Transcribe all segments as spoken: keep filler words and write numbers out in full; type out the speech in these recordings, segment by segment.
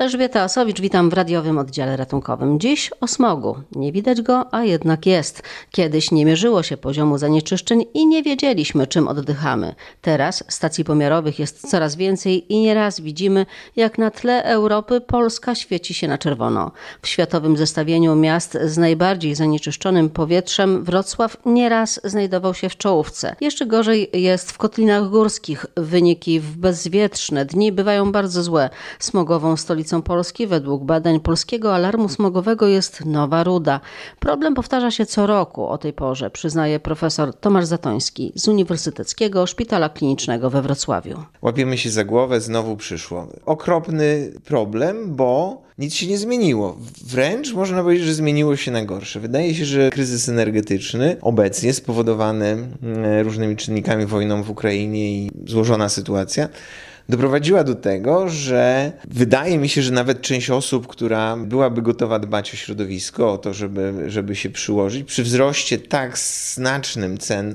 Elżbieta Osowicz, witam w radiowym oddziale ratunkowym. Dziś o smogu. Nie widać go, a jednak jest. Kiedyś nie mierzyło się poziomu zanieczyszczeń i nie wiedzieliśmy, czym oddychamy. Teraz stacji pomiarowych jest coraz więcej i nieraz widzimy, jak na tle Europy Polska świeci się na czerwono. W światowym zestawieniu miast z najbardziej zanieczyszczonym powietrzem Wrocław nieraz znajdował się w czołówce. Jeszcze gorzej jest w Kotlinach Górskich. Wyniki w bezwietrzne dni bywają bardzo złe. Smogową stolicą Polski według badań Polskiego Alarmu Smogowego jest Nowa Ruda. Problem powtarza się co roku o tej porze, przyznaje profesor Tomasz Zatoński z Uniwersyteckiego Szpitala Klinicznego we Wrocławiu. Łapiemy się za głowę, znowu przyszło. Okropny problem, bo nic się nie zmieniło. Wręcz można powiedzieć, że zmieniło się na gorsze. Wydaje się, że kryzys energetyczny obecnie spowodowany różnymi czynnikami, wojną w Ukrainie i złożona sytuacja, doprowadziła do tego, że wydaje mi się, że nawet część osób, która byłaby gotowa dbać o środowisko, o to, żeby, żeby się przyłożyć, przy wzroście tak znacznym cen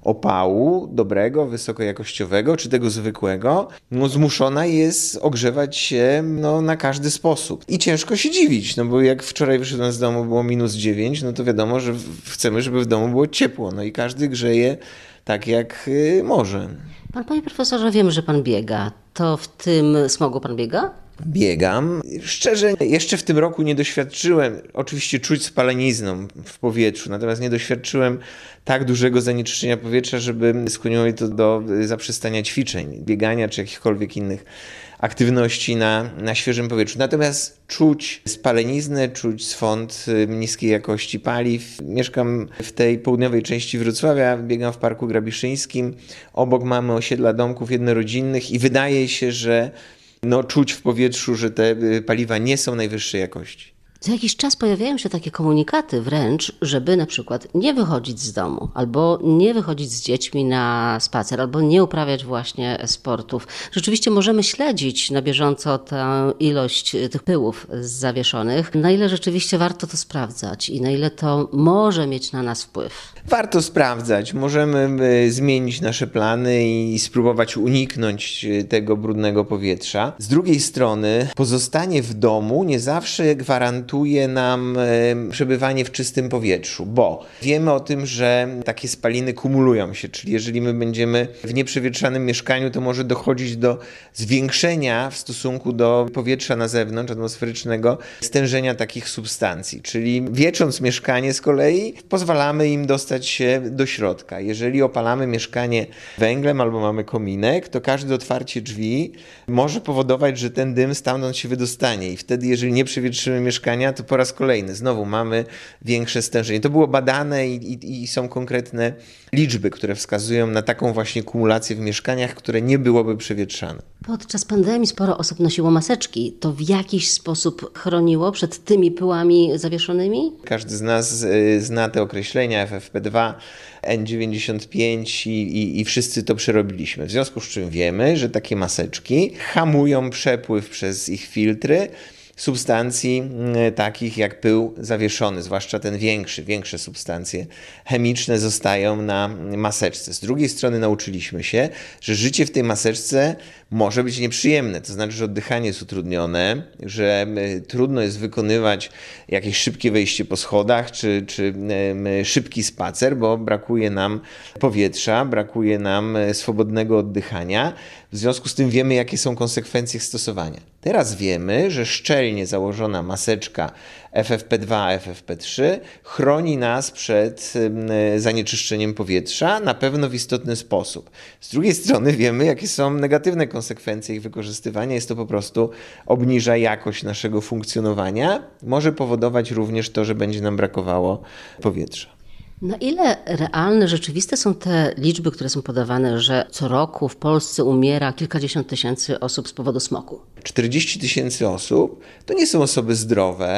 opału dobrego, wysokojakościowego, czy tego zwykłego, no zmuszona jest ogrzewać się no, na każdy sposób. I ciężko się dziwić, no bo jak wczoraj wyszedłem z domu, było minus dziewięć, no to wiadomo, że chcemy, żeby w domu było ciepło. No i każdy grzeje tak jak y, może. Pan, panie profesorze, wiem, że pan biega. To w tym smogu pan biega? Biegam. Szczerze, jeszcze w tym roku nie doświadczyłem, oczywiście czuć spalenizną w powietrzu, natomiast nie doświadczyłem tak dużego zanieczyszczenia powietrza, żeby skłoniło mnie to do zaprzestania ćwiczeń, biegania czy jakichkolwiek innych aktywności na, na świeżym powietrzu. Natomiast czuć spaleniznę, czuć swąd niskiej jakości paliw. Mieszkam w tej południowej części Wrocławia, biegam w Parku Grabiszyńskim. Obok mamy osiedla domków jednorodzinnych i wydaje się, że no, czuć w powietrzu, że te paliwa nie są najwyższej jakości. Co jakiś czas pojawiają się takie komunikaty wręcz, żeby na przykład nie wychodzić z domu, albo nie wychodzić z dziećmi na spacer, albo nie uprawiać właśnie sportów. Rzeczywiście możemy śledzić na bieżąco tę ilość tych pyłów zawieszonych. Na ile rzeczywiście warto to sprawdzać i na ile to może mieć na nas wpływ? Warto sprawdzać. Możemy zmienić nasze plany i spróbować uniknąć tego brudnego powietrza. Z drugiej strony pozostanie w domu nie zawsze gwarantuje nam przebywanie w czystym powietrzu, bo wiemy o tym, że takie spaliny kumulują się, czyli jeżeli my będziemy w nieprzewietrzanym mieszkaniu, to może dochodzić do zwiększenia w stosunku do powietrza na zewnątrz, atmosferycznego, stężenia takich substancji, czyli wietrząc mieszkanie z kolei pozwalamy im dostać się do środka. Jeżeli opalamy mieszkanie węglem albo mamy kominek, to każde otwarcie drzwi może powodować, że ten dym stamtąd się wydostanie i wtedy jeżeli nie przewietrzymy mieszkania, to po raz kolejny znowu mamy większe stężenie. To było badane i, i, i są konkretne liczby, które wskazują na taką właśnie kumulację w mieszkaniach, które nie byłoby przewietrzane. Podczas pandemii sporo osób nosiło maseczki. To w jakiś sposób chroniło przed tymi pyłami zawieszonymi? Każdy z nas y, zna te określenia F F P dwa, N dziewięćdziesiąt pięć i, i, i wszyscy to przerobiliśmy. W związku z czym wiemy, że takie maseczki hamują przepływ przez ich filtry substancji takich jak pył zawieszony, zwłaszcza ten większy, większe substancje chemiczne zostają na maseczce. Z drugiej strony nauczyliśmy się, że życie w tej maseczce może być nieprzyjemne, to znaczy, że oddychanie jest utrudnione, że trudno jest wykonywać jakieś szybkie wejście po schodach, czy, czy szybki spacer, bo brakuje nam powietrza, brakuje nam swobodnego oddychania. W związku z tym wiemy, jakie są konsekwencje stosowania. Teraz wiemy, że szczelnie założona maseczka F F P dwa, F F P trzy chroni nas przed zanieczyszczeniem powietrza na pewno w istotny sposób. Z drugiej strony wiemy, jakie są negatywne konsekwencje ich wykorzystywania. Jest to po prostu obniża jakość naszego funkcjonowania. Może powodować również to, że będzie nam brakowało powietrza. Na ile realne, rzeczywiste są te liczby, które są podawane, że co roku w Polsce umiera kilkadziesiąt tysięcy osób z powodu smogu? czterdzieści tysięcy osób to nie są osoby zdrowe,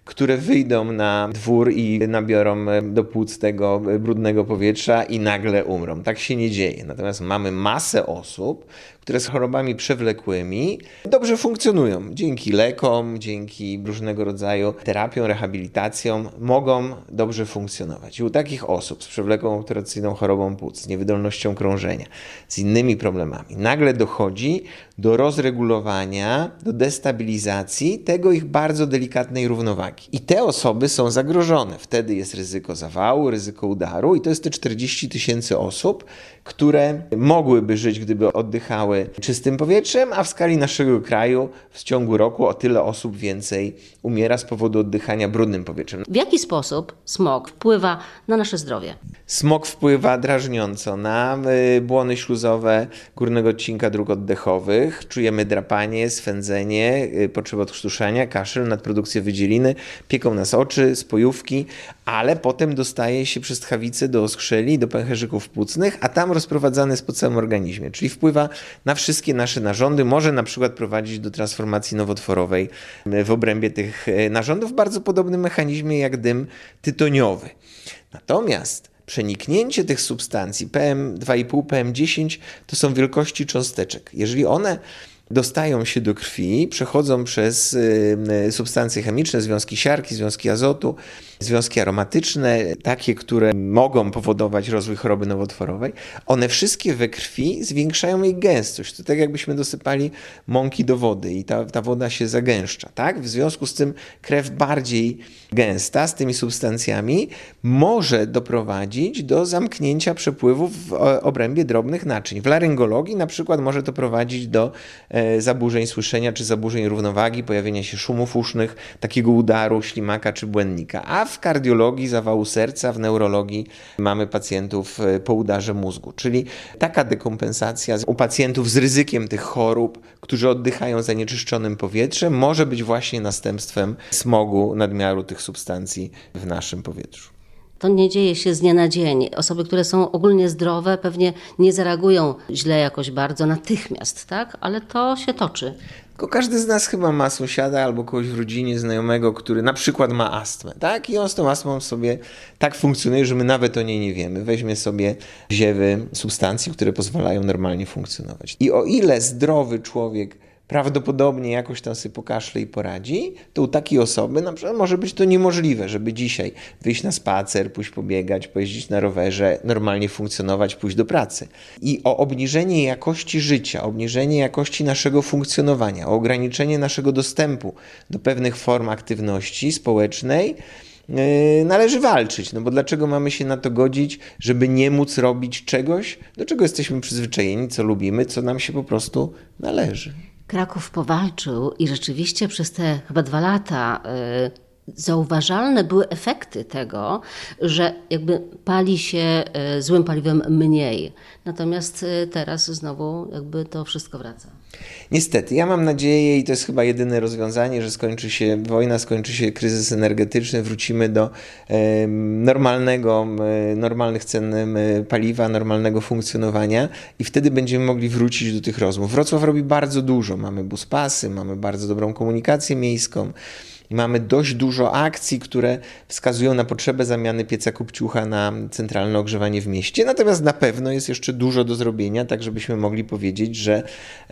które wyjdą na dwór i nabiorą do płuc tego brudnego powietrza i nagle umrą. Tak się nie dzieje. Natomiast mamy masę osób, które z chorobami przewlekłymi dobrze funkcjonują. Dzięki lekom, dzięki różnego rodzaju terapiom, rehabilitacjom mogą dobrze funkcjonować. I u takich osób z przewlekłą obturacyjną chorobą płuc, z niewydolnością krążenia, z innymi problemami, nagle dochodzi do rozregulowania, do destabilizacji tego ich bardzo delikatnej równowagi. I te osoby są zagrożone. Wtedy jest ryzyko zawału, ryzyko udaru i to jest te czterdzieści tysięcy osób, które mogłyby żyć, gdyby oddychały czystym powietrzem, a w skali naszego kraju w ciągu roku o tyle osób więcej umiera z powodu oddychania brudnym powietrzem. W jaki sposób smog wpływa na nasze zdrowie? Smog wpływa drażniąco na błony śluzowe górnego odcinka dróg oddechowych. Czujemy drapanie, swędzenie, potrzebę odkrztuszania, kaszel, nadprodukcję wydzieliny, pieką nas oczy, spojówki, ale potem dostaje się przez tchawicę do oskrzeli, do pęcherzyków płucnych, a tam rozprowadzany jest po całym organizmie, czyli wpływa na wszystkie nasze narządy, może na przykład prowadzić do transformacji nowotworowej w obrębie tych narządów w bardzo podobnym mechanizmie jak dym tytoniowy. Natomiast przeniknięcie tych substancji P M dwa i pół, P M dziesięć to są wielkości cząsteczek. Jeżeli one dostają się do krwi, przechodzą przez substancje chemiczne, związki siarki, związki azotu, związki aromatyczne, takie, które mogą powodować rozwój choroby nowotworowej, one wszystkie we krwi zwiększają jej gęstość. To tak jakbyśmy dosypali mąki do wody i ta, ta woda się zagęszcza. Tak? W związku z tym krew bardziej gęsta z tymi substancjami może doprowadzić do zamknięcia przepływów w obrębie drobnych naczyń. W laryngologii na przykład może to prowadzić do e, zaburzeń słyszenia czy zaburzeń równowagi, pojawienia się szumów usznych, takiego udaru, ślimaka czy błędnika. A w kardiologii, zawału serca, w neurologii mamy pacjentów po udarze mózgu. Czyli taka dekompensacja u pacjentów z ryzykiem tych chorób, którzy oddychają zanieczyszczonym powietrzem, może być właśnie następstwem smogu, nadmiaru tych substancji w naszym powietrzu. To nie dzieje się z dnia na dzień. Osoby, które są ogólnie zdrowe, pewnie nie zareagują źle jakoś bardzo natychmiast, tak? Ale to się toczy. Tylko każdy z nas chyba ma sąsiada albo kogoś w rodzinie znajomego, który na przykład ma astmę, tak? I on z tą astmą sobie tak funkcjonuje, że my nawet o niej nie wiemy. Weźmie sobie ziewy substancji, które pozwalają normalnie funkcjonować. I o ile zdrowy człowiek prawdopodobnie jakoś tam sobie pokaszle i poradzi, to u takiej osoby na przykład może być to niemożliwe, żeby dzisiaj wyjść na spacer, pójść pobiegać, pojeździć na rowerze, normalnie funkcjonować, pójść do pracy. I o obniżenie jakości życia, obniżenie jakości naszego funkcjonowania, o ograniczenie naszego dostępu do pewnych form aktywności społecznej yy, należy walczyć. No bo dlaczego mamy się na to godzić, żeby nie móc robić czegoś, do czego jesteśmy przyzwyczajeni, co lubimy, co nam się po prostu należy. Kraków powalczył i rzeczywiście przez te chyba dwa lata y, zauważalne były efekty tego, że jakby pali się y, złym paliwem mniej. Natomiast y, teraz znowu jakby to wszystko wraca. Niestety, ja mam nadzieję i to jest chyba jedyne rozwiązanie, że skończy się wojna, skończy się kryzys energetyczny, wrócimy do e, normalnego, e, normalnych cen e, paliwa, normalnego funkcjonowania i wtedy będziemy mogli wrócić do tych rozmów. Wrocław robi bardzo dużo, mamy buspasy, mamy bardzo dobrą komunikację miejską. Mamy dość dużo akcji, które wskazują na potrzebę zamiany pieca kupciucha na centralne ogrzewanie w mieście. Natomiast na pewno jest jeszcze dużo do zrobienia, tak żebyśmy mogli powiedzieć, że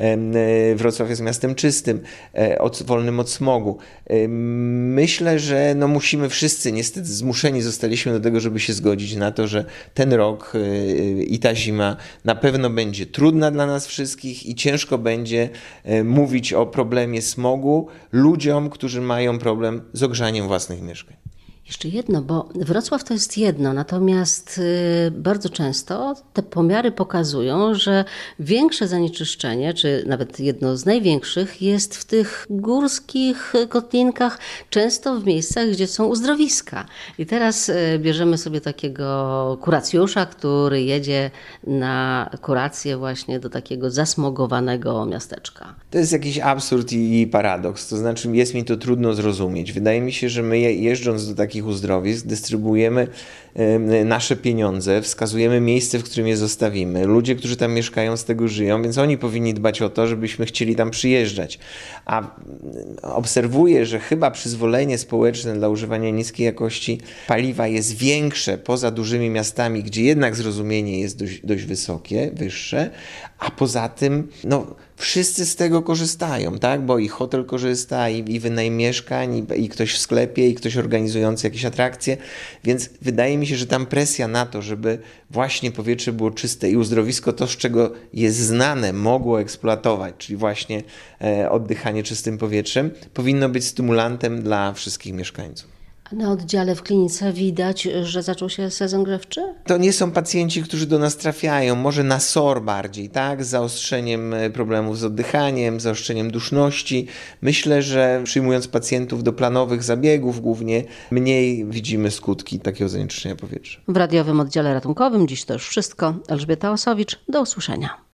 Wrocław jest miastem czystym, wolnym od smogu. Myślę, że no musimy wszyscy, niestety zmuszeni zostaliśmy do tego, żeby się zgodzić na to, że ten rok i ta zima na pewno będzie trudna dla nas wszystkich i ciężko będzie mówić o problemie smogu ludziom, którzy mają problem problem z ogrzaniem własnych mieszkań. Jeszcze jedno, bo Wrocław to jest jedno, natomiast y, bardzo często te pomiary pokazują, że większe zanieczyszczenie, czy nawet jedno z największych, jest w tych górskich kotlinkach, często w miejscach, gdzie są uzdrowiska. I teraz y, bierzemy sobie takiego kuracjusza, który jedzie na kurację właśnie do takiego zasmogowanego miasteczka. To jest jakiś absurd i, i paradoks, to znaczy jest mi to trudno zrozumieć. Wydaje mi się, że my jeżdżąc do takich takich uzdrowisk, dystrybuujemy nasze pieniądze, wskazujemy miejsce, w którym je zostawimy. Ludzie, którzy tam mieszkają, z tego żyją, więc oni powinni dbać o to, żebyśmy chcieli tam przyjeżdżać. A obserwuję, że chyba przyzwolenie społeczne dla używania niskiej jakości paliwa jest większe poza dużymi miastami, gdzie jednak zrozumienie jest dość, dość wysokie, wyższe, a poza tym no, wszyscy z tego korzystają, tak? Bo i hotel korzysta, i, i wynajem mieszkań, i, i ktoś w sklepie, i ktoś organizujący jakieś atrakcje, więc wydaje mi się, że tam presja na to, żeby właśnie powietrze było czyste i uzdrowisko to, z czego jest znane, mogło eksploatować, czyli właśnie e, oddychanie czystym powietrzem, powinno być stymulantem dla wszystkich mieszkańców. Na oddziale w klinice widać, że zaczął się sezon grzewczy? To nie są pacjenci, którzy do nas trafiają, może na S O R bardziej, tak? Z zaostrzeniem problemów z oddychaniem, z zaostrzeniem duszności. Myślę, że przyjmując pacjentów do planowych zabiegów głównie, mniej widzimy skutki takiego zanieczyszczenia powietrza. W radiowym oddziale ratunkowym dziś to już wszystko. Elżbieta Osowicz, do usłyszenia.